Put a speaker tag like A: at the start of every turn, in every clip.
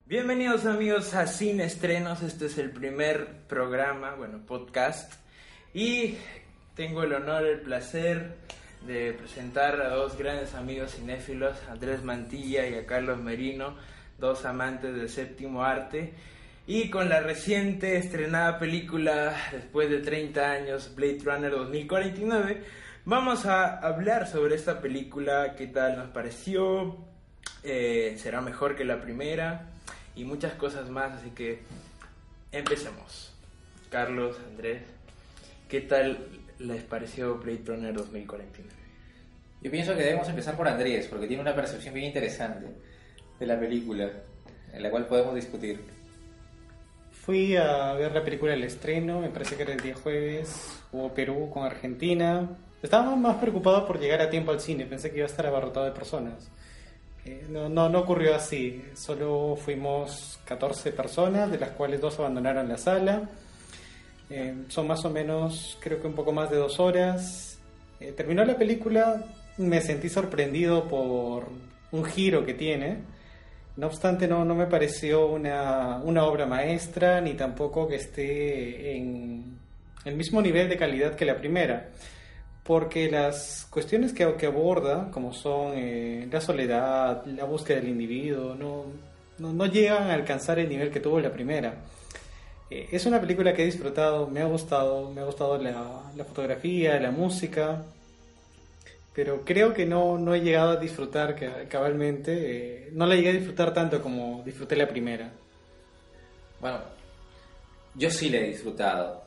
A: Bienvenidos amigos a Sin Estrenos, este es el primer programa, podcast, y tengo el honor, el placer de presentar a dos grandes amigos cinéfilos, Andrés Mantilla y a Carlos Merino, dos amantes del séptimo arte, y con la reciente estrenada película, después de 30 años, Blade Runner 2049, vamos a hablar sobre esta película, qué tal nos pareció, será mejor que la primera y muchas cosas más, así que empecemos. Carlos, Andrés, ¿qué tal les pareció Blade Runner 2049?
B: Yo pienso que debemos empezar por Andrés, porque tiene una percepción bien interesante de la película, en la cual podemos discutir.
C: Fui a ver la película del estreno, me parece que era el día jueves, hubo Perú con Argentina. Estaba más preocupado por llegar a tiempo al cine, pensé que iba a estar abarrotado de personas. No ocurrió así, solo fuimos 14 personas, de las cuales 2 abandonaron la sala. Son más o menos, creo que un poco más de 2 horas. Terminó la película, me sentí sorprendido por un giro que tiene. No obstante, no me pareció una obra maestra, ni tampoco que esté en el mismo nivel de calidad que la primera. Porque las cuestiones que aborda, como son la soledad, la búsqueda del individuo, no llegan a alcanzar el nivel que tuvo la primera. Es una película que he disfrutado, me ha gustado la fotografía, la música, pero creo que no he llegado a disfrutar cabalmente, no la llegué a disfrutar tanto como disfruté la primera.
B: Bueno, yo sí la he disfrutado,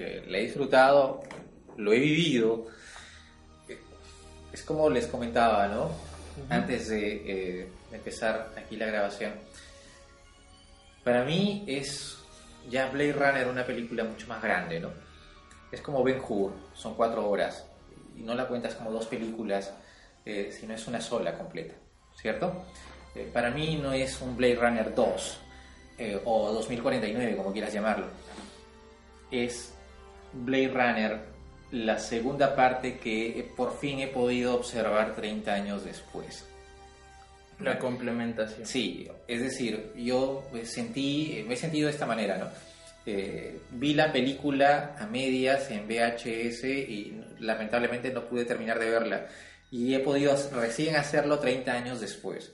B: lo he vivido. Es como les comentaba, ¿no? Antes de empezar aquí la grabación. Para mí es ya Blade Runner una película mucho más grande, ¿no? Es como Ben-Hur, son 4 horas. Y no la cuentas como 2 películas, sino es una sola completa, ¿cierto? Para mí no es un Blade Runner 2 o 2049, como quieras llamarlo. Es Blade Runner, la segunda parte que por fin he podido observar 30 años después.
A: La complementación.
B: Sí, es decir, yo me he sentido de esta manera, ¿no? Vi la película a medias en VHS y lamentablemente no pude terminar de verla. Y he podido recién hacerlo 30 años después.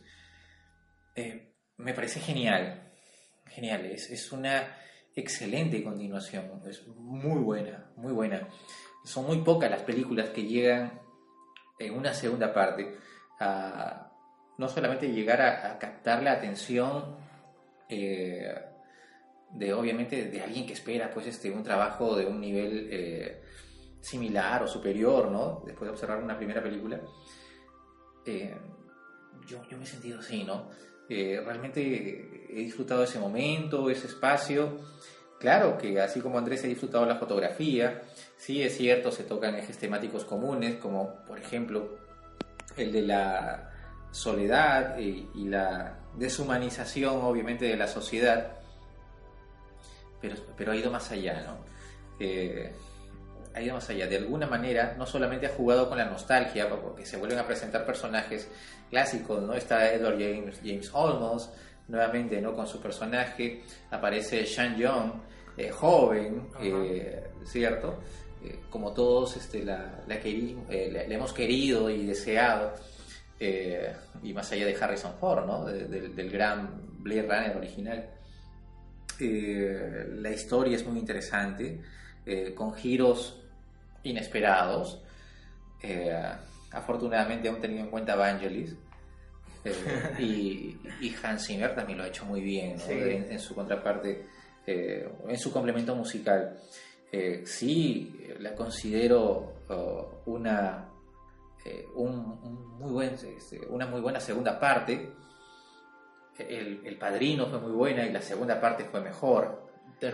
B: Me parece genial. Genial, es una excelente continuación. Es muy buena, muy buena. Son muy pocas las películas que llegan en una segunda parte a no solamente llegar a captar la atención obviamente de alguien que espera pues un trabajo de un nivel similar o superior, ¿no? Después de observar una primera película. Yo me he sentido así, ¿no? Realmente he disfrutado ese momento, ese espacio. Claro que así como Andrés he disfrutado la fotografía, sí es cierto, se tocan ejes temáticos comunes, como por ejemplo el de la soledad y la deshumanización obviamente de la sociedad, pero ha ido más allá, ¿no? Ha ido más allá, de alguna manera no solamente ha jugado con la nostalgia, porque se vuelven a presentar personajes clásicos, ¿no? Está Edward James Olmos nuevamente, ¿no? Con su personaje, aparece Sean Young, joven, ¿cierto? Como todos la hemos querido y deseado, y más allá de Harrison Ford, ¿no? Del gran Blade Runner original. La historia es muy interesante, con giros inesperados. Afortunadamente aún tenido en cuenta Vangelis. Y Hans Zimmer también lo ha hecho muy bien, ¿no?
A: Sí.
B: En su contraparte, en su complemento musical. Sí, la considero una muy buena segunda parte. El Padrino fue muy buena y la segunda parte fue mejor.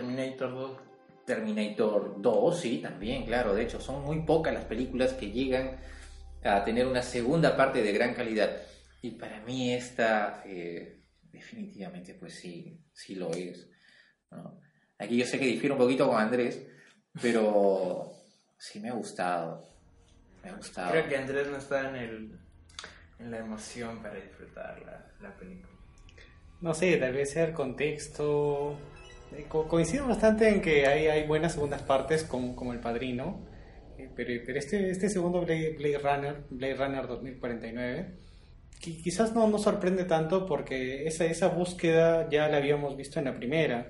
B: Terminator 2, sí, también, claro. De hecho, son muy pocas las películas que llegan a tener una segunda parte de gran calidad. Y para mí esta definitivamente pues sí lo es, ¿no? Aquí yo sé que difiero un poquito con Andrés, pero sí me ha gustado.
A: Creo que Andrés no está en la emoción para disfrutar la película.
C: no sé, tal vez sea el contexto. Coincido bastante en que hay buenas segundas partes como El Padrino, pero este segundo Blade Runner 2049, quizás no nos sorprende tanto porque esa búsqueda ya la habíamos visto en la primera.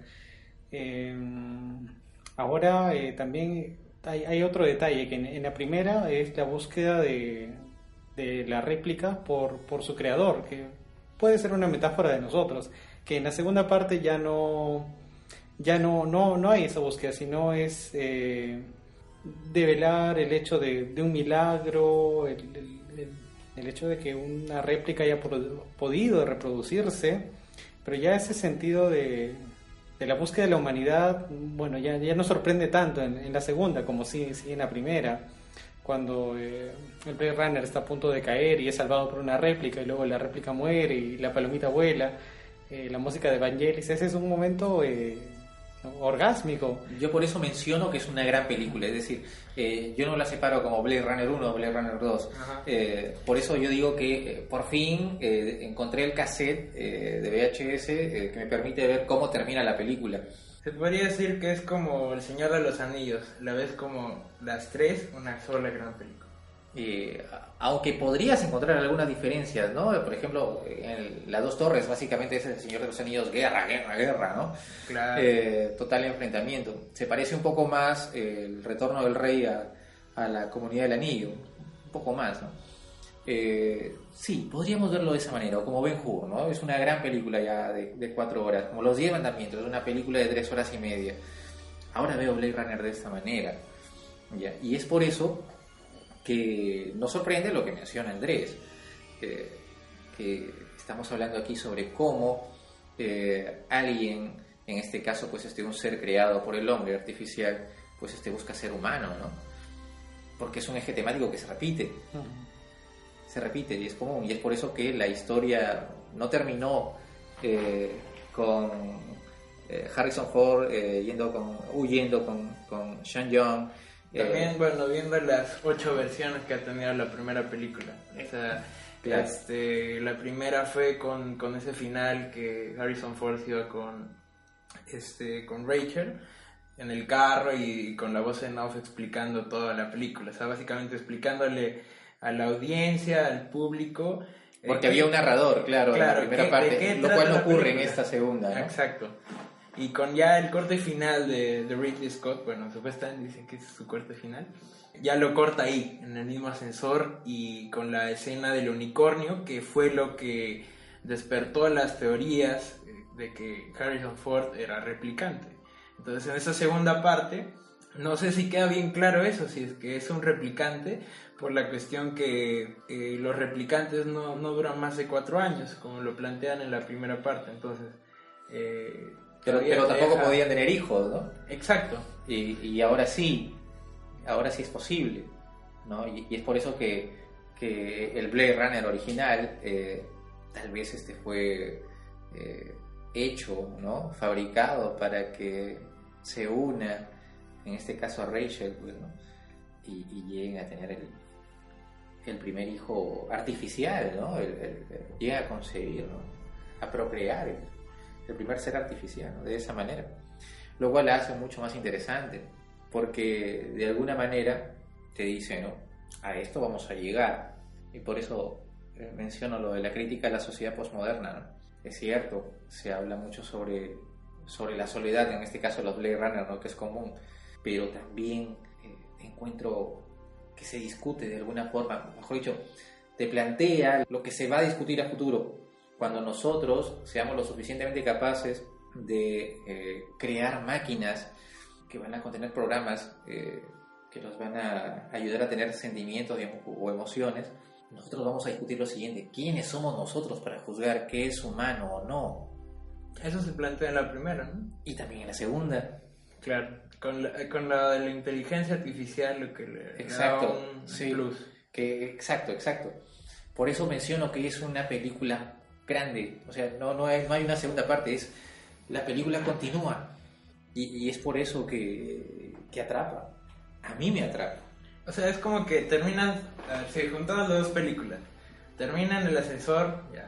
C: Ahora también hay otro detalle, que en la primera es la búsqueda de la réplica por su creador, que puede ser una metáfora de nosotros, que en la segunda parte ya no hay esa búsqueda, sino es develar el hecho de un milagro, el hecho de que una réplica haya podido reproducirse, pero ya ese sentido de la búsqueda de la humanidad, bueno, ya no sorprende tanto en la segunda como sí en la primera, cuando el Blade Runner está a punto de caer y es salvado por una réplica y luego la réplica muere y la palomita vuela, la música de Vangelis, ese es un momento orgásmico.
B: Yo por eso menciono que es una gran película, es decir, yo no la separo como Blade Runner 1 o Blade Runner 2. Por eso yo digo que por fin encontré el cassette de VHS que me permite ver cómo termina la película.
A: Se podría decir que es como El Señor de los Anillos, la ves como las tres, una sola gran película.
B: Aunque podrías encontrar algunas diferencias, ¿no? Por ejemplo, en Las Dos Torres básicamente es El Señor de los Anillos, guerra, ¿no?
A: Claro.
B: Total enfrentamiento. Se parece un poco más el retorno del rey a la Comunidad del Anillo, un poco más, ¿no? Sí, podríamos verlo de esa manera, o como Ben-Hur, ¿no? Es una gran película ya de 4 horas, como Los 10 Mandamientos, es una película de 3 horas y media. Ahora veo Blade Runner de esta manera, ¿ya? Y es por eso que nos sorprende lo que menciona Andrés, que estamos hablando aquí sobre cómo alguien, en este caso pues un ser creado por el hombre artificial, pues busca ser humano, ¿no? Porque es un eje temático que se repite. Se repite y es común, y es por eso que la historia no terminó con Harrison Ford huyendo con Sean Young.
A: También, bueno, viendo las 8 versiones que ha tenido la primera película. O sea,
B: claro.
A: La primera fue con ese final que Harrison Ford iba con Rachel en el carro y con la voz en off explicando toda la película. O sea, básicamente explicándole a la audiencia, al público.
B: Porque había un narrador, claro, en la primera parte, lo cual no ocurre en esta segunda, ¿no?
A: Exacto. Y con ya el corte final de Ridley Scott, bueno, supuestamente dicen que es su corte final, ya lo corta ahí, en el mismo ascensor y con la escena del unicornio, que fue lo que despertó las teorías de que Harrison Ford era replicante. Entonces en esa segunda parte, no sé si queda bien claro eso, si es que es un replicante, por la cuestión que los replicantes no duran más de 4 años, como lo plantean en la primera parte. Entonces...
B: Pero tampoco podían tener hijos, ¿no?
A: Exacto.
B: Y ahora sí es posible, ¿no? Y es por eso que el Blade Runner original tal vez fue hecho, ¿no? Fabricado para que se una, en este caso a Rachel, pues, ¿no? Y lleguen a tener el primer hijo artificial, ¿no? Llega a concebir, ¿no? A procrear el primer ser artificial, ¿no? De esa manera, lo cual la hace mucho más interesante, porque de alguna manera te dice, ¿no? A esto vamos a llegar, y por eso menciono lo de la crítica a la sociedad postmoderna, ¿no? Es cierto, se habla mucho sobre la soledad, en este caso los Blade Runner, ¿no? Que es común, pero también encuentro que se discute de alguna forma, mejor dicho, te plantea lo que se va a discutir a futuro, cuando nosotros seamos lo suficientemente capaces de crear máquinas que van a contener programas que nos van a ayudar a tener sentimientos o emociones, nosotros vamos a discutir lo siguiente: ¿quiénes somos nosotros para juzgar qué es humano o no?
A: Eso se plantea en la primera, ¿no?
B: Y también en la segunda.
A: Claro, con la de la inteligencia artificial, lo que le da un plus.
B: Exacto. Por eso menciono que es una película grande, o sea, no hay una segunda parte, la película continúa, y es por eso que atrapa. A mí me atrapa.
A: O sea, es como que terminan, se juntaron las dos películas, terminan el ascensor, ya,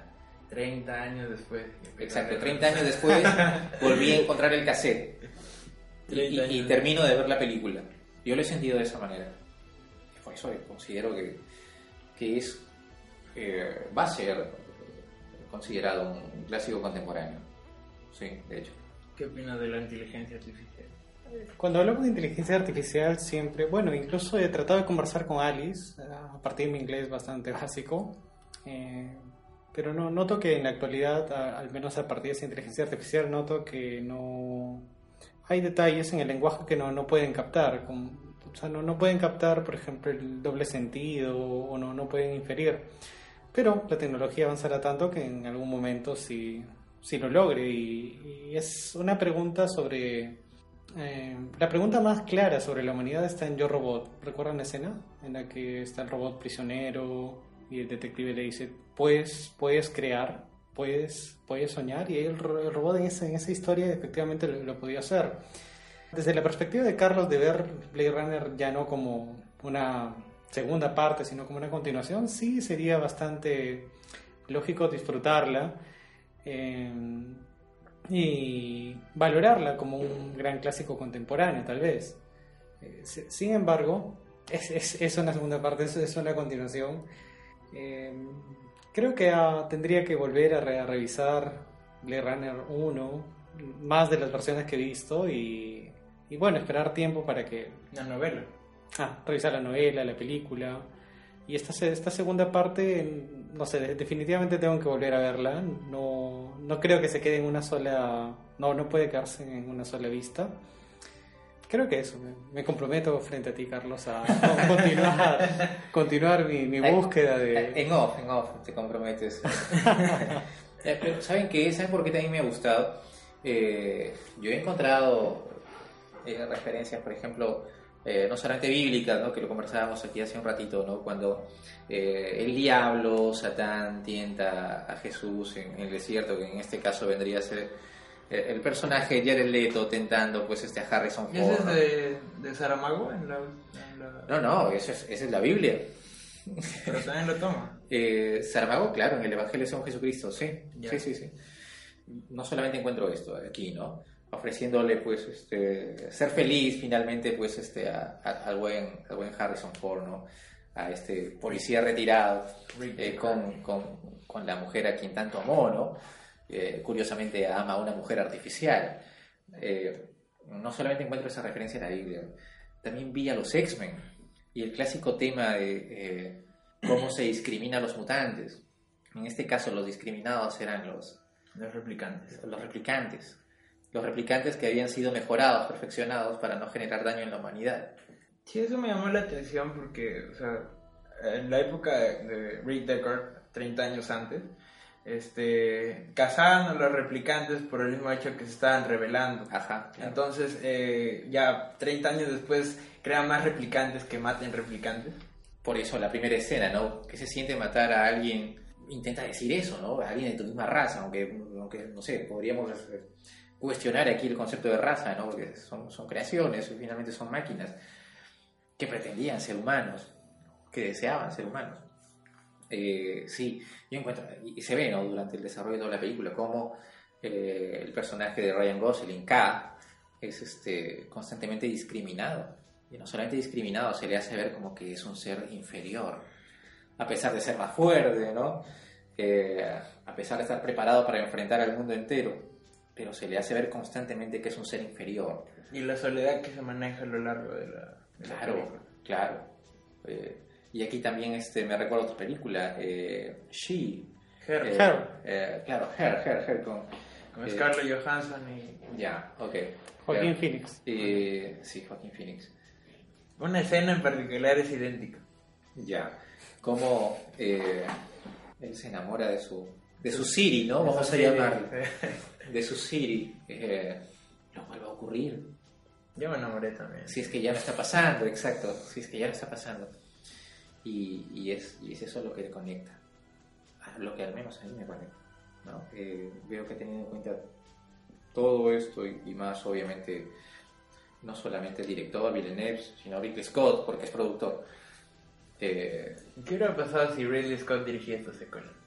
A: 30 años después.
B: Exacto, 30 años después volví a encontrar el cassette y termino de ver la película. Yo lo he sentido de esa manera. Por eso considero que es va a ser considerado un clásico contemporáneo. Sí, de hecho.
A: ¿Qué opinas de la inteligencia artificial?
C: Cuando hablamos de inteligencia artificial siempre, bueno, incluso he tratado de conversar con Alice a partir de mi inglés bastante básico, pero no noto que en la actualidad, al menos a partir de esa inteligencia artificial, noto que no hay detalles en el lenguaje que no pueden captar, o sea, no pueden captar, por ejemplo, el doble sentido o no pueden inferir, pero la tecnología avanzará tanto que en algún momento sí lo logre y es una pregunta sobre... la pregunta más clara sobre la humanidad está en Yo Robot. ¿Recuerdan la escena en la que está el robot prisionero y el detective le dice, puedes crear, puedes soñar? Y el robot en esa historia efectivamente lo podía hacer. Desde la perspectiva de Carlos, de ver Blade Runner ya no como una segunda parte, sino como una continuación, sí sería bastante lógico disfrutarla y valorarla como un gran clásico contemporáneo, tal vez. Sin embargo, es una segunda parte, es una continuación. Creo que tendría que volver a revisar Blade Runner 1, más de las versiones que he visto, y bueno, esperar tiempo para que...
A: La novela.
C: Revisar la novela, la película. Y esta segunda parte, no sé, definitivamente tengo que volver a verla. No creo que se quede en una sola... No puede quedarse en una sola vista. Creo que eso, me comprometo frente a ti, Carlos, a continuar mi búsqueda de...
B: En off te comprometes. Pero ¿saben qué? ¿Saben por qué también me ha gustado? Yo he encontrado referencias, por ejemplo... no solamente bíblicas, ¿no? Que lo conversábamos aquí hace un ratito, ¿no? Cuando el diablo, Satán, tienta a Jesús en el desierto, que en este caso vendría a ser el personaje Jared Leto tentando pues a Harrison Ford.
A: ¿Ese es de Saramago?
B: No, esa es la Biblia.
A: Pero también lo toma.
B: Saramago, claro, en el Evangelio según Jesucristo, sí.
A: Ya.
B: Sí. No solamente encuentro esto aquí, ¿no? Ofreciéndole pues ser feliz finalmente pues al buen Harrison Ford, ¿no? A este policía retirado con la mujer a quien tanto amó, ¿no? Curiosamente ama a una mujer artificial. No solamente encuentro esa referencia en la Biblia, también vi a los X-Men y el clásico tema de cómo se discrimina a los mutantes. En este caso los discriminados eran los replicantes. Los replicantes que habían sido mejorados, perfeccionados para no generar daño en la humanidad.
A: Sí, eso me llamó la atención porque, o sea, en la época de Rick Deckard, 30 años antes, cazaban a los replicantes por el mismo hecho que se estaban rebelando.
B: Ajá. Claro.
A: Entonces, ya 30 años después, crean más replicantes que maten replicantes.
B: Por eso la primera escena, ¿no? Que se siente matar a alguien, intenta decir eso, ¿no? A alguien de tu misma raza, aunque no sé, podríamos cuestionar aquí el concepto de raza, ¿no? Porque son creaciones, finalmente son máquinas que pretendían ser humanos, que deseaban ser humanos. Sí, yo encuentro, y se ve, ¿no? Durante el desarrollo de la película, cómo el personaje de Ryan Gosling, K, es constantemente discriminado. Y no solamente discriminado, se le hace ver como que es un ser inferior, a pesar de ser más fuerte, ¿no? A pesar de estar preparado para enfrentar al mundo entero, pero se le hace ver constantemente que es un ser inferior.
A: Y la soledad que se maneja a lo largo de la película.
B: Claro. Y aquí también me recuerdo otra película, She.
A: Her.
B: Claro, Her
A: con Scarlett Johansson y...
B: Ya, ok.
C: Joaquín Phoenix.
B: Sí, Joaquín Phoenix.
A: Una escena en particular es idéntica.
B: Ya. Como él se enamora de su Siri, ¿no? Vamos a llamarlo. De su Siri. No vuelve a ocurrir.
A: Yo me enamoré también.
B: Si es que ya no está pasando, exacto. Si es que ya no está pasando. Y es eso lo que le conecta. Lo que al menos a mí me conecta, ¿no? Veo que teniendo en cuenta todo esto y más, obviamente, no solamente el director Villeneuve, sino Ridley Scott, porque es productor.
A: ¿Qué hubiera pasado si Ridley Scott dirigía esta secuela?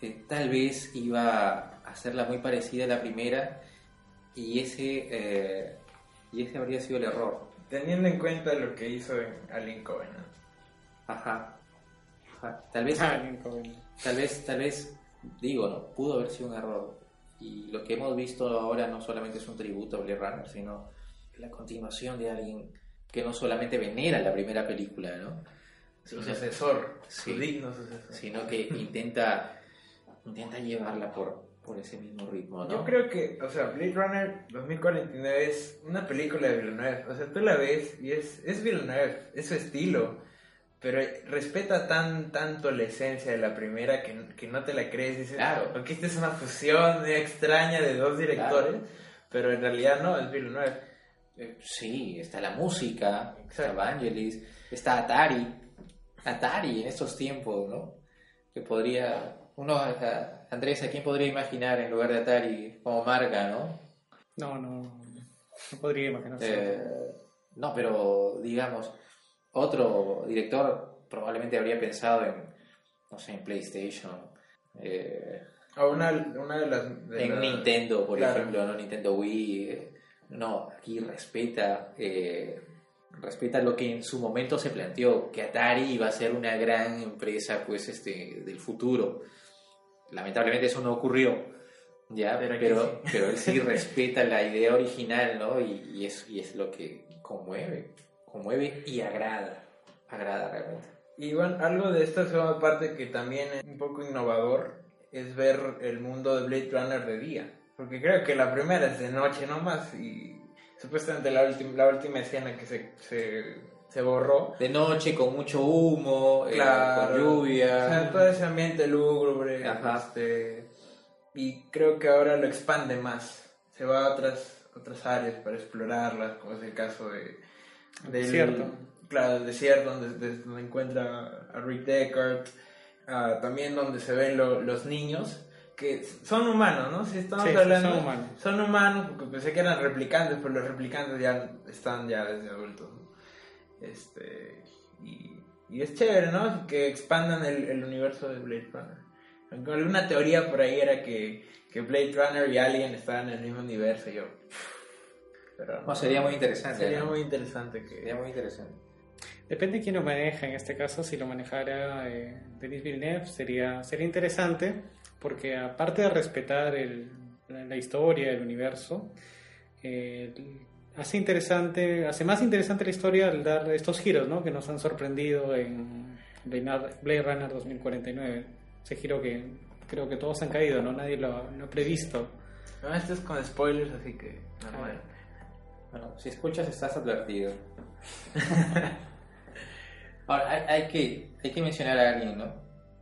B: tal vez iba a hacerla muy parecida a la primera y ese habría sido el error.
A: Teniendo en cuenta lo que hizo en Alien Covenant.
B: Ajá. Tal vez, tal vez, digo, no, pudo haber sido un error. Y lo que hemos visto ahora no solamente es un tributo a Blade Runner, sino la continuación de alguien que no solamente venera la primera película, ¿no?
A: Su sucesor,
B: sí,
A: su digno sucesor.
B: Sino que intenta llevarla por ese mismo ritmo, ¿no?
A: Yo creo que, o sea, Blade Runner 2049 es una película de Villeneuve. O sea, tú la ves y es Villeneuve, es su estilo. Pero respeta tanto la esencia de la primera que no te la crees. Dices,
B: claro,
A: porque esta es una fusión extraña de dos directores, claro, pero en realidad no, es Villeneuve.
B: Sí, está la música,
A: exacto,
B: está Vangelis, está Atari en estos tiempos, ¿no? Que podría, Andrés, ¿a quién podría imaginar en lugar de Atari como marca, no?
C: No podría imaginarse.
B: No, pero digamos, otro director probablemente habría pensado en PlayStation,
A: o una de las...
B: Nintendo, por
A: claro,
B: ejemplo, ¿no? Nintendo Wii. No, aquí respeta lo que en su momento se planteó, que Atari iba a ser una gran empresa, pues, del futuro. Lamentablemente eso no ocurrió, ya, pero él sí respeta la idea original, ¿no? Y es lo que conmueve y agrada realmente.
A: Y bueno, algo de esta segunda parte que también es un poco innovador es ver el mundo de Blade Runner de día. Porque creo que la primera es de noche nomás y supuestamente la última escena que se borró.
B: De noche, con mucho humo,
A: claro,
B: con lluvia.
A: O sea, todo ese ambiente lúgubre. Y creo que ahora lo expande más. Se va a otras áreas para explorarlas, como es el caso del
C: desierto.
A: Claro, el desierto, donde encuentra a Rick Deckard. También donde se ven los niños, que son humanos, ¿no? Si estamos hablando, son humanos, porque pensé que eran replicantes, pero los replicantes ya están ya desde adultos, ¿no? Y es chévere, ¿no? Que expandan el universo de Blade Runner. Aunque alguna teoría por ahí era que Blade Runner y Alien estaban en el mismo universo, pero
B: no, sería muy interesante.
A: Sería muy interesante.
B: Sería muy interesante.
C: Depende de quién lo maneja. En este caso, si lo manejara Denis Villeneuve, sería interesante, porque aparte de respetar la historia, el universo, hace más interesante la historia al dar estos giros, ¿no? Que nos han sorprendido en Blade Runner 2049. Ese giro que creo que todos han caído, ¿no? Nadie lo ha previsto.
A: No, esto es con spoilers, así que normal.
B: Bueno, si escuchas estás advertido. Ahora, hay que mencionar a alguien, ¿no?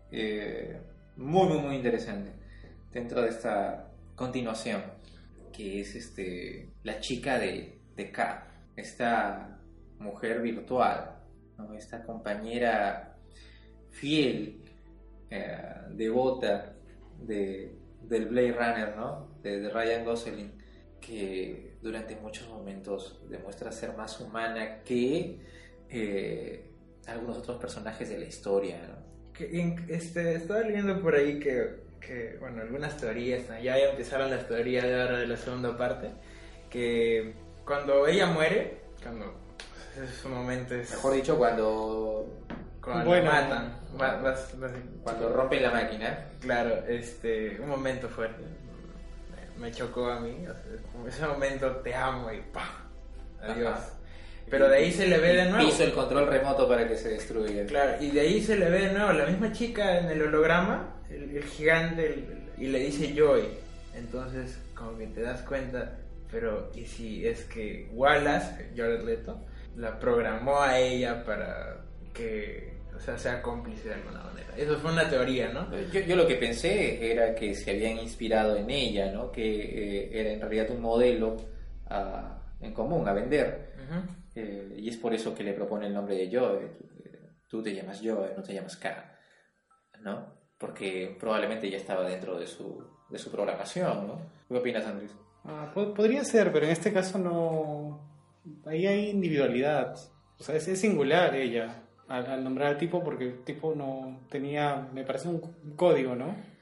B: Muy interesante dentro de esta continuación, que es la chica de K, esta mujer virtual, ¿no? Esta compañera fiel, devota del Blade Runner, ¿no? De Ryan Gosling, que durante muchos momentos demuestra ser más humana que algunos otros personajes de la historia, ¿no?
A: Estaba leyendo por ahí que bueno, algunas teorías, ¿no? Ya empezaron las teorías de ahora de la segunda parte, que cuando ella muere, cuando es su momento es...
B: Mejor dicho, cuando
A: la matan,
B: cuando rompen la máquina.
A: Claro, un momento fuerte. Me chocó a mí, o sea, ese momento te amo y ¡pah! Adiós. Ajá. Pero de ahí se le ve de nuevo.
B: Hizo el control remoto para que se destruya.
A: Claro, y de ahí se le ve de nuevo la misma chica en el holograma, el gigante, y le dice Joy. Entonces, como que te das cuenta, pero ¿y si es que Wallace, Jared Leto, la programó a ella para que, o sea, sea cómplice de alguna manera? Eso fue una teoría, ¿no?
B: Yo lo que pensé era que se habían inspirado en ella, ¿no? Que era en realidad un modelo en común a vender. Uh-huh. Y es por eso que le propone el nombre de Joe. Tú te llamas Joe, no te llamas K, ¿no? Porque probablemente ya estaba dentro de su programación, ¿no? ¿Qué opinas, Andrés?
C: Podría ser, pero en este caso no. Ahí hay individualidad. O sea, es singular ella al nombrar al tipo, porque el tipo no tenía, me parece, un código, ¿no?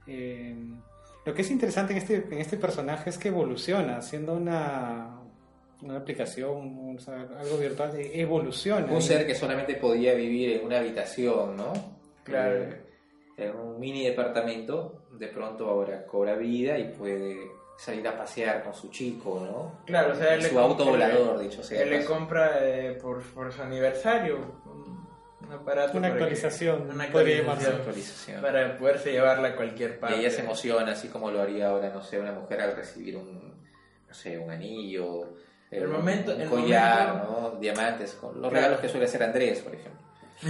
C: Lo que es interesante en este personaje es que evoluciona, siendo una aplicación, o sea, algo virtual, evoluciona.
B: Un ser que solamente podía vivir en una habitación, ¿no?
A: Claro.
B: En un mini departamento, de pronto ahora cobra vida y puede salir a pasear con su chico, ¿no?
A: Claro, o sea,
B: su auto volador, dicho sea.
A: Él le compra por su aniversario un aparato.
C: Una actualización,
A: podría
B: llamarse actualización.
A: Para poderse llevarla a cualquier parte.
B: Y ella se emociona, así como lo haría ahora, no sé, una mujer al recibir un anillo, un collar, ¿no? Diamantes, con los regalos que suele hacer Andrés, por ejemplo.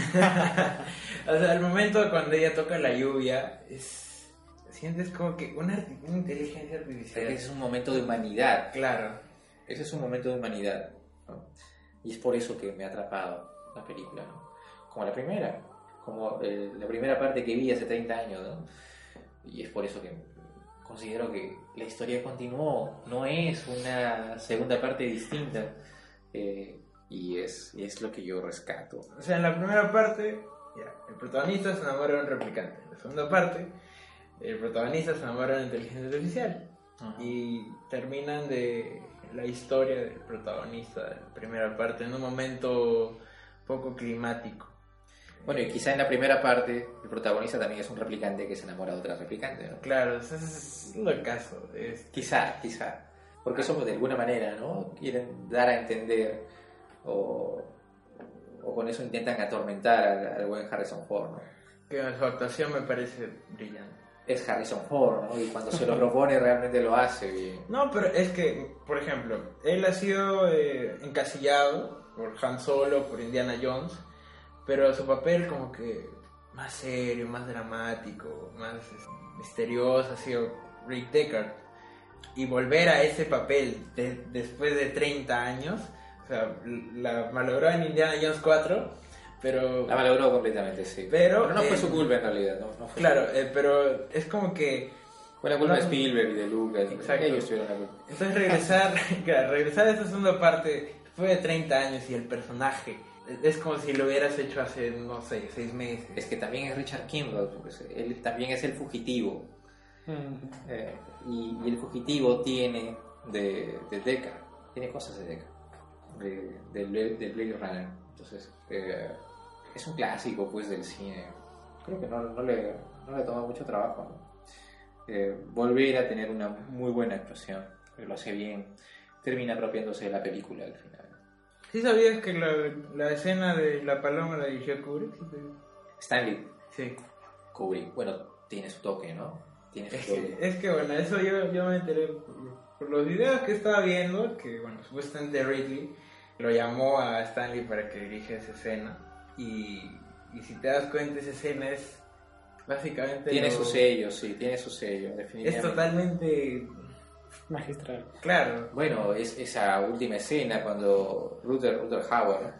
A: O sea, el momento cuando ella toca la lluvia, sientes como que una inteligencia artificial.
B: Ese es un momento de humanidad.
A: Claro.
B: Ese es un momento de humanidad, ¿no? Y es por eso que me ha atrapado la película, ¿no? Como la primera parte que vi hace 30 años, ¿no? Y es por eso que considero que la historia continuó, no es una segunda parte distinta, y es lo que yo rescato.
A: O sea, en la primera parte, el protagonista se enamora de un replicante. En la segunda parte, el protagonista se enamora de una inteligencia artificial. Uh-huh. Y terminan de la historia del protagonista de la primera parte en un momento poco climático.
B: Bueno, y quizá en la primera parte el protagonista también es un replicante que se enamora de otra replicante, ¿no?
A: Claro, ese es el caso.
B: Quizá. Porque eso de alguna manera, ¿no? Quieren dar a entender o con eso intentan atormentar al buen Harrison Ford, ¿no?
A: Que su actuación me parece brillante.
B: Es Harrison Ford, ¿no? Y cuando se lo propone realmente lo hace bien.
A: No, pero es que, por ejemplo, él ha sido encasillado por Han Solo, por Indiana Jones, pero su papel como que más serio, más dramático, más misterioso ha sido Rick Deckard. Y volver a ese papel después de 30 años, o sea, la malogró en Indiana Jones 4, pero...
B: La malogró completamente, sí.
A: Pero
B: no fue su culpa en realidad, no fue
A: claro, pero es como que...
B: Fue la culpa de Spielberg y de Lucas.
A: Exacto.
B: Ellos tuvieron la culpa.
A: Entonces regresar a esta segunda parte después de 30 años y el personaje... Es como si lo hubieras hecho hace, no sé, 6 meses.
B: Es que también es Richard Kimball, porque él también es el fugitivo. Y el fugitivo tiene de Deckard, tiene cosas de Deckard, del Blade Runner. Entonces, es un clásico pues del cine. Creo que no le toma mucho trabajo, ¿no? Volver a tener una muy buena actuación, pero lo hace bien, termina apropiándose de la película al final.
A: ¿Sí sabías que la escena de la paloma la dirigió Kubrick?
B: Stanley.
A: Sí.
B: Kubrick, bueno, tiene su toque, ¿no?
A: Es que bueno, eso yo me enteré por los videos que estaba viendo, que bueno, supuestamente Ridley lo llamó a Stanley para que dirija esa escena, y si te das cuenta, esa escena es básicamente...
B: Tiene su sello, sí, tiene su sello, definitivamente.
A: Es totalmente...
C: magistral.
A: Claro.
B: Bueno, es esa última escena cuando Rutger Hauer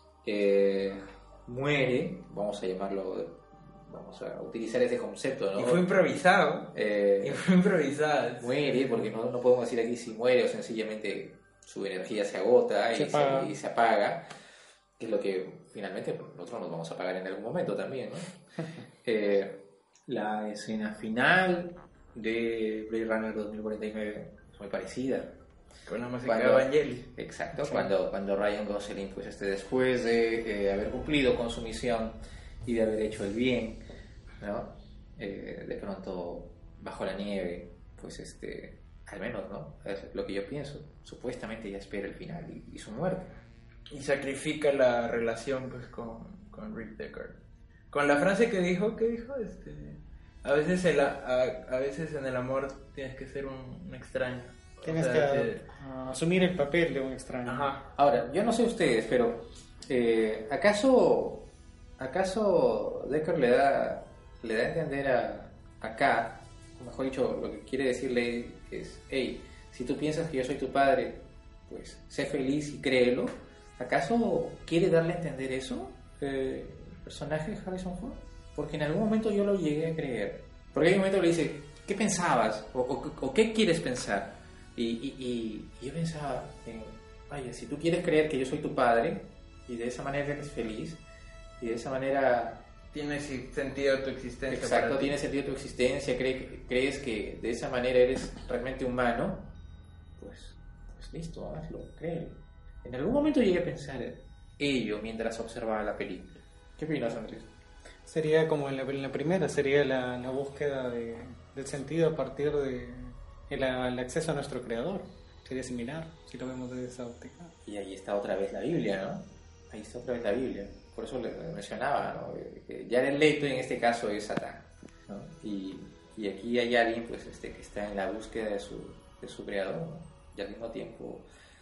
B: muere, vamos a utilizar ese concepto, ¿no?
A: Y fue improvisado.
B: Muere, porque no podemos decir aquí si muere o sencillamente su energía se agota y se apaga, que es lo que finalmente nosotros nos vamos a apagar en algún momento también, ¿no? La escena final de Blade Runner 2049 es muy parecida.
A: Con la música de Vangelis.
B: Exacto, sí. Cuando Ryan Gosling, pues después de haber cumplido con su misión y de haber hecho el bien, ¿no? De pronto bajo la nieve, pues al menos, ¿no? Es lo que yo pienso. Supuestamente ya espera el final y su muerte.
A: Y sacrifica la relación pues con Rick Deckard. Con la frase que dijo, a veces en el amor tienes que ser un extraño.
C: Tienes que asumir el papel de un extraño.
A: Ajá.
B: Ahora, yo no sé ustedes, pero ¿acaso Deckard le da a entender a K, o mejor dicho, lo que quiere decirle es, hey, si tú piensas que yo soy tu padre, pues sé feliz y créelo? ¿Acaso quiere darle a entender eso el personaje de Harrison Ford? Porque en algún momento yo lo llegué a creer. Porque hay un momento que le dice, ¿qué pensabas? ¿O qué quieres pensar? Y yo pensaba, vaya, si tú quieres creer que yo soy tu padre y de esa manera eres feliz y de esa manera
A: tiene sentido tu existencia.
B: Exacto,
A: para ti.
B: tiene sentido tu existencia, crees que de esa manera eres realmente humano, pues listo, hazlo, créelo. En algún momento llegué a pensar ello mientras observaba la película. ¿Qué opinas, Andrés?
C: Sería como en la primera, sería la búsqueda del sentido a partir de el acceso a nuestro creador. Sería similar, si lo vemos desde esa óptica.
B: Y ahí está otra vez la Biblia, ¿no? Ahí está otra vez la Biblia. Por eso le mencionaba, ¿no? Que ya el leito en este caso es Satán, ¿no? Y aquí hay alguien pues, que está en la búsqueda de su creador, ¿no? Y al mismo tiempo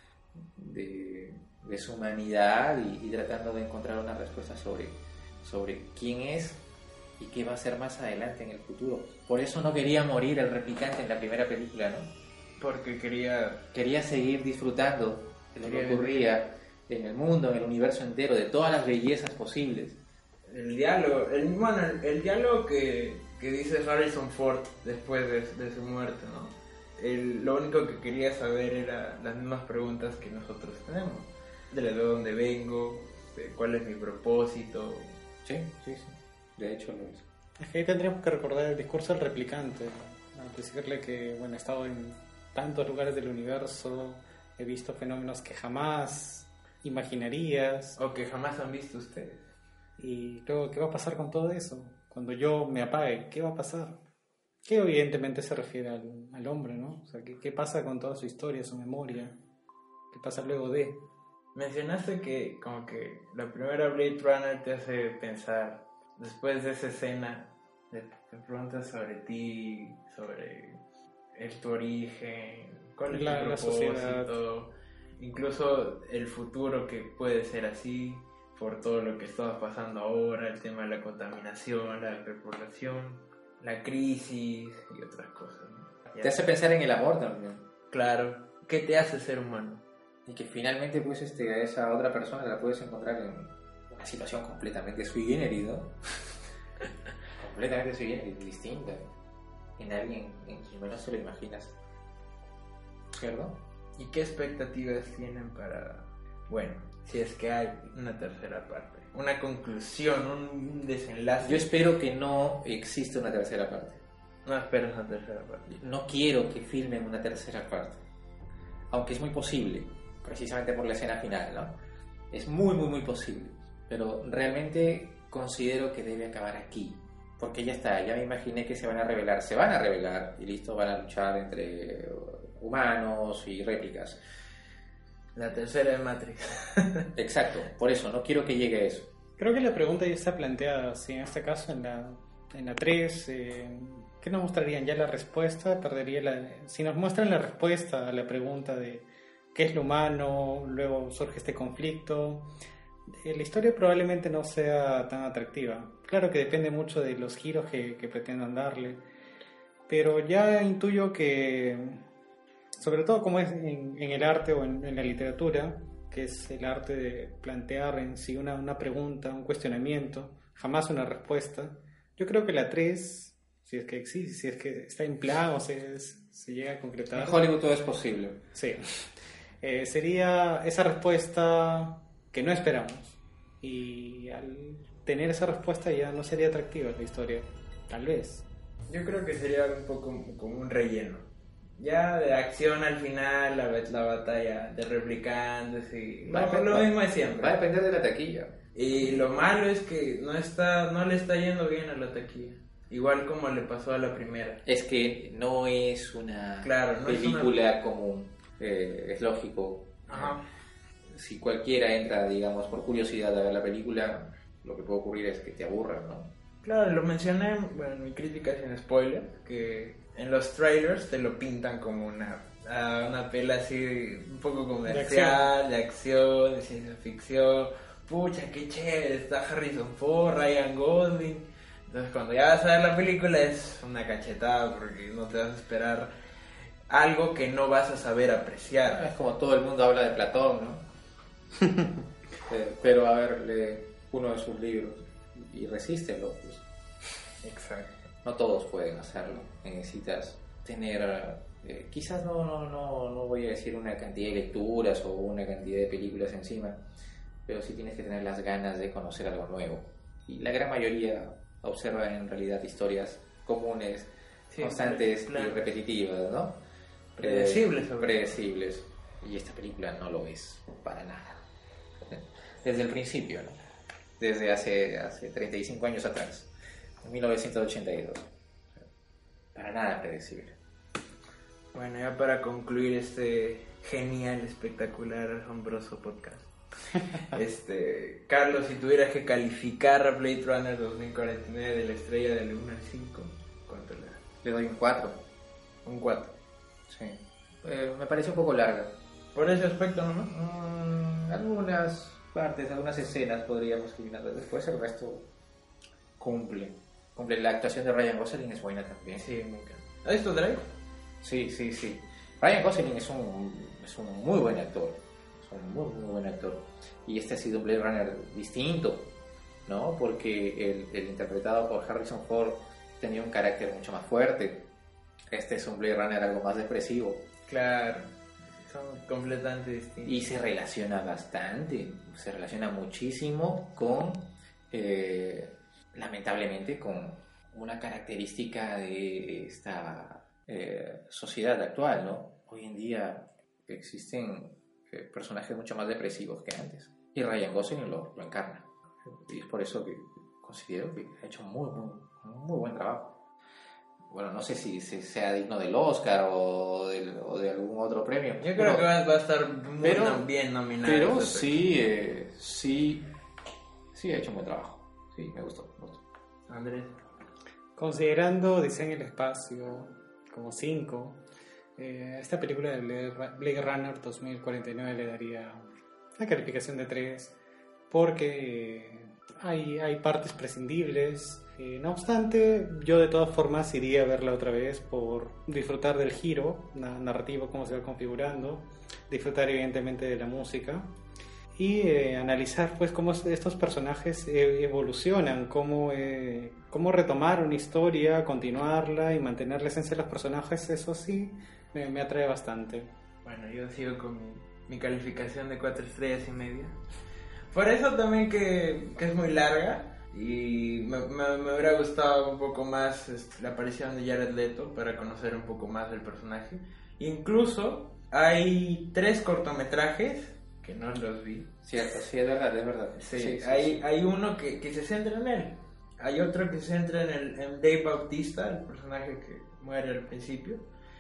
B: de su humanidad y tratando de encontrar una respuesta sobre quién es y qué va a ser más adelante en el futuro. Por eso no quería morir el replicante en la primera película, ¿no?
A: Porque quería
B: Seguir disfrutando de lo que ocurría en el mundo, en el universo entero, de todas las bellezas posibles.
A: el diálogo, el diálogo que dice Harrison Ford después de su muerte, ¿no? Lo único que quería saber era las mismas preguntas que nosotros tenemos. De dónde vengo, de cuál es mi propósito.
B: Sí. De hecho lo es.
C: Es que ahí tendríamos que recordar el discurso del replicante, ¿no? Decirle que, bueno, he estado en tantos lugares del universo, he visto fenómenos que jamás imaginarías.
A: O que jamás han visto ustedes.
C: Y luego, ¿qué va a pasar con todo eso? Cuando yo me apague, ¿qué va a pasar? Que evidentemente se refiere al hombre, ¿no? O sea, ¿qué pasa con toda su historia, su memoria? ¿Qué pasa luego de...?
A: Mencionaste que como que la primera Blade Runner te hace pensar, después de esa escena, te preguntas sobre ti, sobre tu origen, cuál es tu
C: La
A: propósito,
C: sociedad.
A: incluso el futuro que puede ser así, por todo lo que está pasando ahora, el tema de la contaminación, la repoblación, la crisis y otras cosas, ¿no?
B: Te hace pensar en el amor también.
A: Claro, ¿qué te hace ser humano?
B: Y que finalmente pues a esa otra persona la puedes encontrar en una situación completamente sui generis, ¿no? Completamente sui generis, distinta. En alguien en quien menos se lo imaginas. ¿Cierto?
A: ¿Y qué expectativas tienen para, bueno, si es que hay una tercera parte? Una conclusión, un desenlace.
B: Yo espero que no exista una tercera parte.
A: No esperas una tercera parte.
B: No quiero que filmen una tercera parte. Aunque es muy posible, precisamente por la escena final, ¿no? Es muy, muy, muy posible. Pero realmente considero que debe acabar aquí. Porque ya está, ya me imaginé que se van a revelar y listo, van a luchar entre humanos y réplicas.
A: La tercera de Matrix.
B: Exacto, por eso, no quiero que llegue a eso.
C: Creo que la pregunta ya está planteada, sí, en este caso en la 3, ¿qué nos mostrarían? Ya la respuesta, si nos muestran la respuesta a la pregunta de qué es lo humano, luego surge este conflicto, la historia probablemente no sea tan atractiva. Claro que depende mucho de los giros que pretendan darle, pero ya intuyo que, sobre todo como es en el arte o en la literatura, que es el arte de plantear en sí una pregunta, un cuestionamiento, jamás una respuesta. Yo creo que la 3, si es que existe, si es que está en plan o se llega a concretar...
B: En Hollywood todo es posible.
C: Sí. Sería esa respuesta que no esperamos. Y al tener esa respuesta ya no sería atractiva la historia. Tal vez.
A: Yo creo que sería un poco como un relleno. Ya de acción al final, la batalla de replicantes y lo mismo de siempre.
B: Va a depender de la taquilla.
A: Y lo malo es que no le está yendo bien a la taquilla. Igual como le pasó a la primera.
B: Es que no es una película común. Es lógico.
A: Ajá.
B: Si cualquiera entra, digamos, por curiosidad a ver la película, lo que puede ocurrir es que te aburra, ¿no?
A: Claro, lo mencioné en mi crítica sin spoiler, que en los trailers te lo pintan como una pela así un poco comercial, de acción, de ciencia ficción. Pucha, qué chévere, está Harrison Ford, Ryan Gosling. Entonces cuando ya vas a ver la película es una cachetada porque no te vas a esperar algo que no vas a saber apreciar.
B: Es como todo el mundo habla de Platón, ¿no? Pero a ver, lee uno de sus libros y resístelo, pues.
A: Exacto.
B: No todos pueden hacerlo. Necesitas tener, quizás no voy a decir una cantidad de lecturas o una cantidad de películas encima, pero sí tienes que tener las ganas de conocer algo nuevo. y la gran mayoría observan en realidad historias comunes,
A: Sí,
B: constantes
A: claro.
B: y repetitivas, ¿no?
A: Predecibles, sobre
B: predecibles. Y esta película no lo es para nada. Desde el principio, ¿no? Desde hace 35 años atrás, en 1982. Para nada predecible.
A: Bueno, ya para concluir este genial, espectacular, asombroso podcast. Carlos, si tuvieras que calificar a Blade Runner 2049 de la estrella del 1 al 5, ¿cuánto le das?
B: Le doy un 4.
A: Un 4.
B: Sí. Me parece un poco larga.
A: Por ese aspecto nomás.
B: Algunas partes, algunas escenas podríamos eliminar. Después el resto cumple. La actuación de Ryan Gosling es buena también.
A: Sí, me encanta. ¿Has visto Drive?
B: Sí. Ryan Gosling es un muy buen actor. Es un muy buen actor. Y este ha sido un Blade Runner distinto, ¿no? Porque el interpretado por Harrison Ford tenía un carácter mucho más fuerte. Este es un Blade Runner algo más depresivo.
A: Claro, son completamente distintos.
B: Y se relaciona bastante, se relaciona muchísimo con, lamentablemente, con una característica de esta sociedad actual, ¿no? Hoy en día existen personajes mucho más depresivos que antes. Y Ryan Gosling lo encarna. Y es por eso que considero que ha hecho un muy buen trabajo. Bueno, no sé si sea digno del Oscar o de algún otro premio.
A: Yo creo que va a estar muy bien nominado.
B: Pero sí ha hecho un buen trabajo. Sí, me gustó.
A: Andrés.
C: Considerando Diseño en el Espacio como 5, esta película de Blade Runner 2049 le daría una calificación de 3 porque hay partes prescindibles. No obstante, yo de todas formas iría a verla otra vez por disfrutar del giro narrativo, cómo se va configurando, disfrutar evidentemente de la música y analizar pues cómo estos personajes evolucionan, cómo retomar una historia, continuarla y mantener la esencia de los personajes. Eso sí me atrae bastante.
A: Bueno, yo sigo con mi calificación de 4 estrellas y media. Por eso también que es muy larga. Y me hubiera gustado un poco más la aparición de Jared Leto para conocer un poco más del personaje. Incluso hay 3 cortometrajes que no los vi.
B: Cierto, sí, es verdad.
A: Sí, hay uno que se centra en él. Hay otro que se centra en Dave Bautista, el personaje que muere al principio.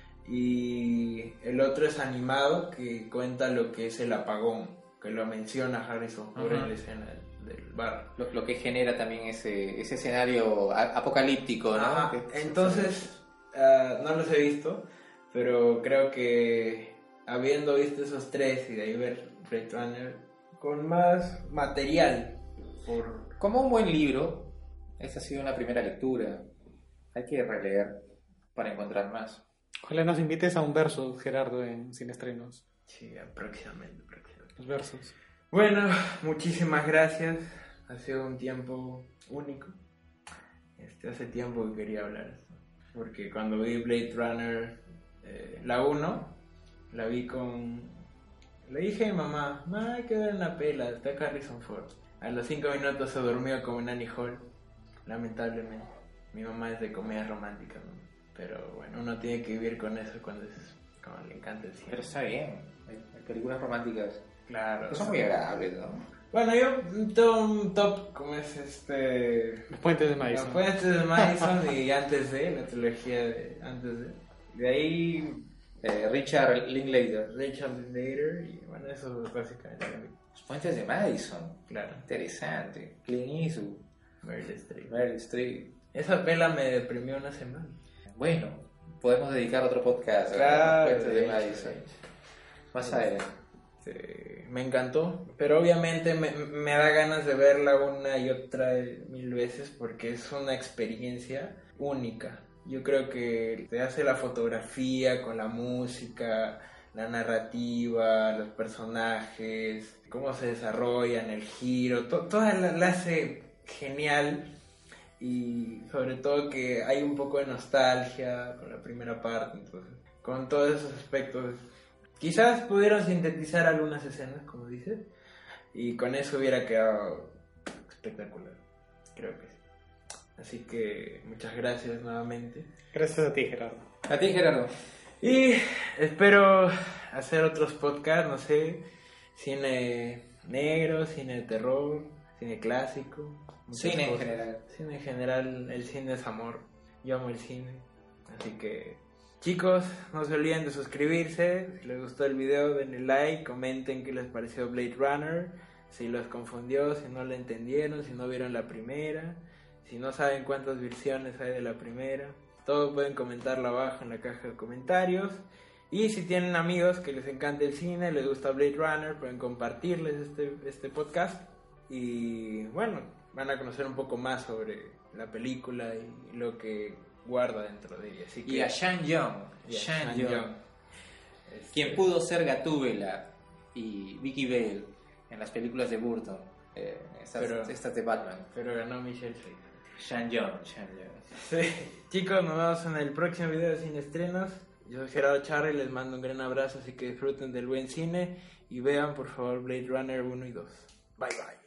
A: Y el otro es animado, que cuenta lo que es el apagón, que lo menciona Harrison Ford en la escena del bar.
B: Lo que genera también ese escenario apocalíptico, ¿no?
A: Entonces, no los he visto, pero creo que habiendo visto esos 3 y de ahí ver Blade Runner con más material.
B: Como un buen libro, esta ha sido una primera lectura. Hay que releer para encontrar más.
C: Ojalá nos invites a un versus, Gerardo, en Sin Estrenos.
A: Sí, próximamente.
C: Los versus.
A: Bueno, muchísimas gracias. Ha sido un tiempo único. Hace tiempo que quería hablar esto. Porque cuando vi Blade Runner, la 1, la vi le dije a mi mamá, hay que ver una pela, está Harrison Ford. A los 5 minutos se durmió como en Annie Hall, lamentablemente. Mi mamá es de comedia romántica, ¿no? Pero bueno, uno tiene que vivir con eso cuando le encanta el cine.
B: Pero está bien, hay películas románticas.
A: Claro.
B: Que son muy agradables, ¿no?
A: Bueno, yo tengo un top como es
C: Los Puentes de Madison.
A: Los Puentes de Madison y antes de, la trilogía de antes de. De ahí
B: Richard Linklater.
A: Y bueno, eso básicamente.
B: Los Puentes de Madison.
A: Claro.
B: Interesante. Clint Eastwood.
A: Meryl Streep. Esa pela me deprimió una semana.
B: Bueno, podemos dedicar otro podcast
A: a
B: Los Puentes de Madison. Más adelante.
A: Me encantó, pero obviamente me da ganas de verla una y otra 1000 veces porque es una experiencia única. Yo creo que te hace la fotografía con la música, la narrativa, los personajes, cómo se desarrollan, el giro, toda la hace genial. Y sobre todo que hay un poco de nostalgia con la primera parte, entonces con todos esos aspectos quizás pudieron sintetizar algunas escenas, como dices, y con eso hubiera quedado espectacular. Creo que sí. Así que muchas gracias nuevamente.
C: Gracias a ti, Gerardo.
B: A ti, Gerardo.
A: Y espero hacer otros podcasts, no sé, cine negro, cine de terror, cine clásico. muchas
B: Cine en
A: cosas.
B: general.
A: Cine en general, el cine es amor. Yo amo el cine. Así que, chicos, no se olviden de suscribirse. Si les gustó el video, denle like, comenten qué les pareció Blade Runner. Si los confundió, si no lo entendieron, si no vieron la primera, si no saben cuántas versiones hay de la primera. Todo pueden comentarlo abajo en la caja de comentarios. Y si tienen amigos que les encanta el cine, les gusta Blade Runner, pueden compartirles este podcast. Y bueno, van a conocer un poco más sobre la película y lo que guarda dentro de ella. Así que,
B: Y a Sean Young.
A: y a
B: Sean
A: Sean
B: Young.
A: Young.
B: Quien pudo ser Gatúbela y Vicky Vale en las películas de Burton. Estas de Batman.
A: Pero ganó Michelle Pfeiffer.
B: Sean Young. Sean Young.
A: Sí. Chicos, nos vemos en el próximo video de Cine Estrenos. Yo soy Gerardo Charri, les mando un gran abrazo, así que disfruten del buen cine y vean por favor Blade Runner 1 y 2. Bye bye.